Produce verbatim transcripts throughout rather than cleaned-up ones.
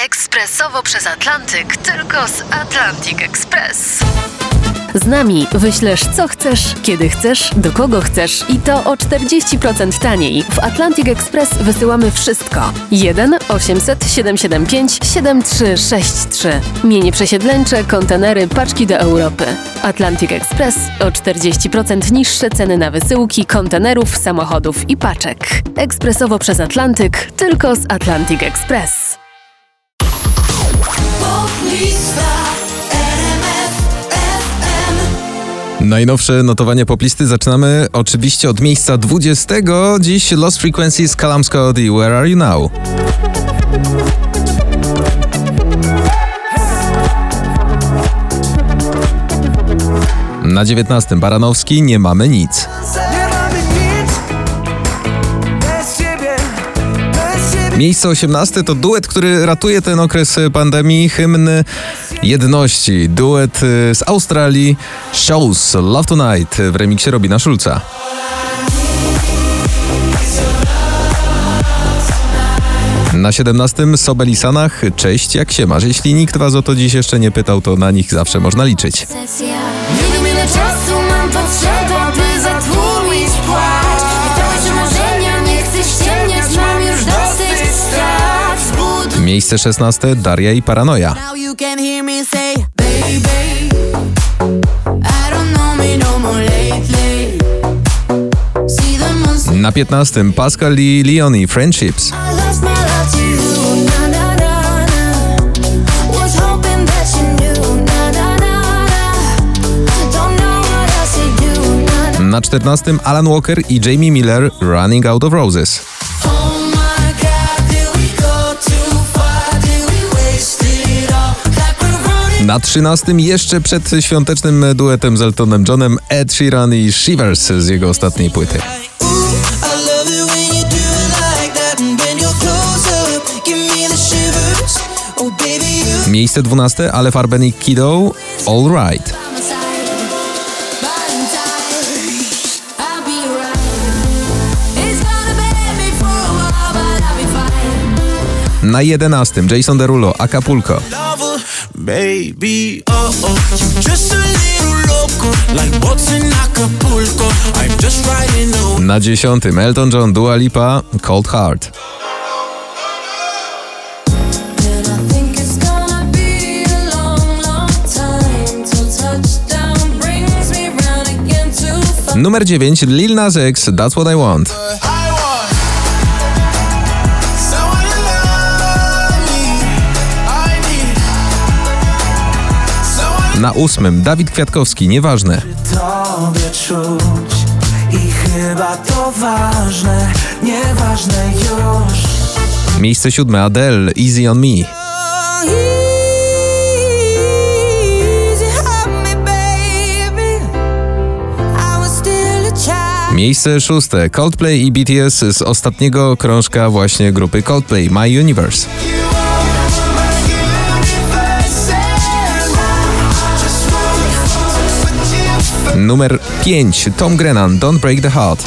Ekspresowo przez Atlantyk, tylko z Atlantic Express. Z nami wyślesz co chcesz, kiedy chcesz, do kogo chcesz i to o czterdzieści procent taniej. W Atlantic Express wysyłamy wszystko. jeden osiemset siedemset siedemdziesiąt pięć siedemdziesiąt trzy sześćdziesiąt trzy. Mienie przesiedleńcze, kontenery, paczki do Europy. Atlantic Express o czterdzieści procent niższe ceny na wysyłki, kontenerów, samochodów i paczek. Ekspresowo przez Atlantyk, tylko z Atlantic Express. Najnowsze notowania poplisty zaczynamy oczywiście od miejsca dwudziestego. Dziś Lost Frequencies, Callum Scott i Where Are You Now? Na dziewiętnastym Baranowski, Nie mamy nic. Miejsce osiemnaste to duet, który ratuje ten okres pandemii, hymn jedności. Duet z Australii, Shows, Love Tonight w remiksie Robina Schulza. Na siedemnastym Sobel i Sanach, Cześć, jak się masz? Jeśli nikt was o to dziś jeszcze nie pytał, to na nich zawsze można liczyć. Nie wiem, ile czasu mam potrzeba, by zatłumić płacz. Pytałeś o marzenia, nie chcę ściemniać, mam już dosyć strat. Zbud... Miejsce szesnaste Daria i Paranoja. Na piętnastym Pascal i Leonie, Friendships. Na czternastym Alan Walker i Jamie Miller, Running Out of Roses. Na trzynastym jeszcze przed świątecznym duetem z Eltonem Johnem Ed Sheeran i Shivers z jego ostatniej płyty. Miejsce dwunaste Alef Arben i Kiddo, All Right. Na jedenastym Jason Derulo, Acapulco. Na dziesiątym Elton John, Dua Lipa, Cold Heart. Numer dziewięć Lil Nas X, That's What I Want. Na ósmym Dawid Kwiatkowski, Nieważne. Tobie czuć i chyba to ważne, nieważne już. Miejsce siódme Adele, Easy on Me. Miejsce szóste Coldplay i B T S z ostatniego krążka właśnie grupy Coldplay, My Universe. Numer pięć Tom Grennan, Don't Break the Heart.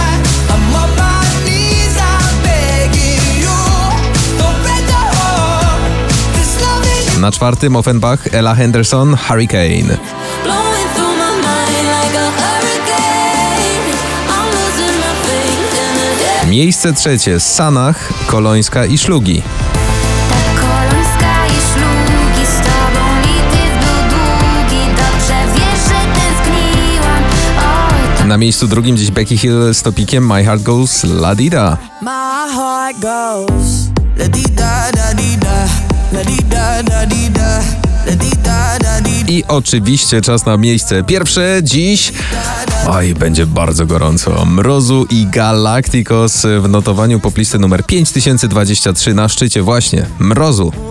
Na czwartym Offenbach, Ella Henderson, Hurricane. Miejsce trzecie Sanach, Kolońska i Szlugi. Na miejscu drugim dziś Becky Hill z topikiem My Heart Goes La Di Da. I oczywiście czas na miejsce pierwsze dziś. Oj, będzie bardzo gorąco. Mrozu i Galacticos w notowaniu poplisty numer pięć tysięcy dwadzieścia trzy na szczycie właśnie Mrozu.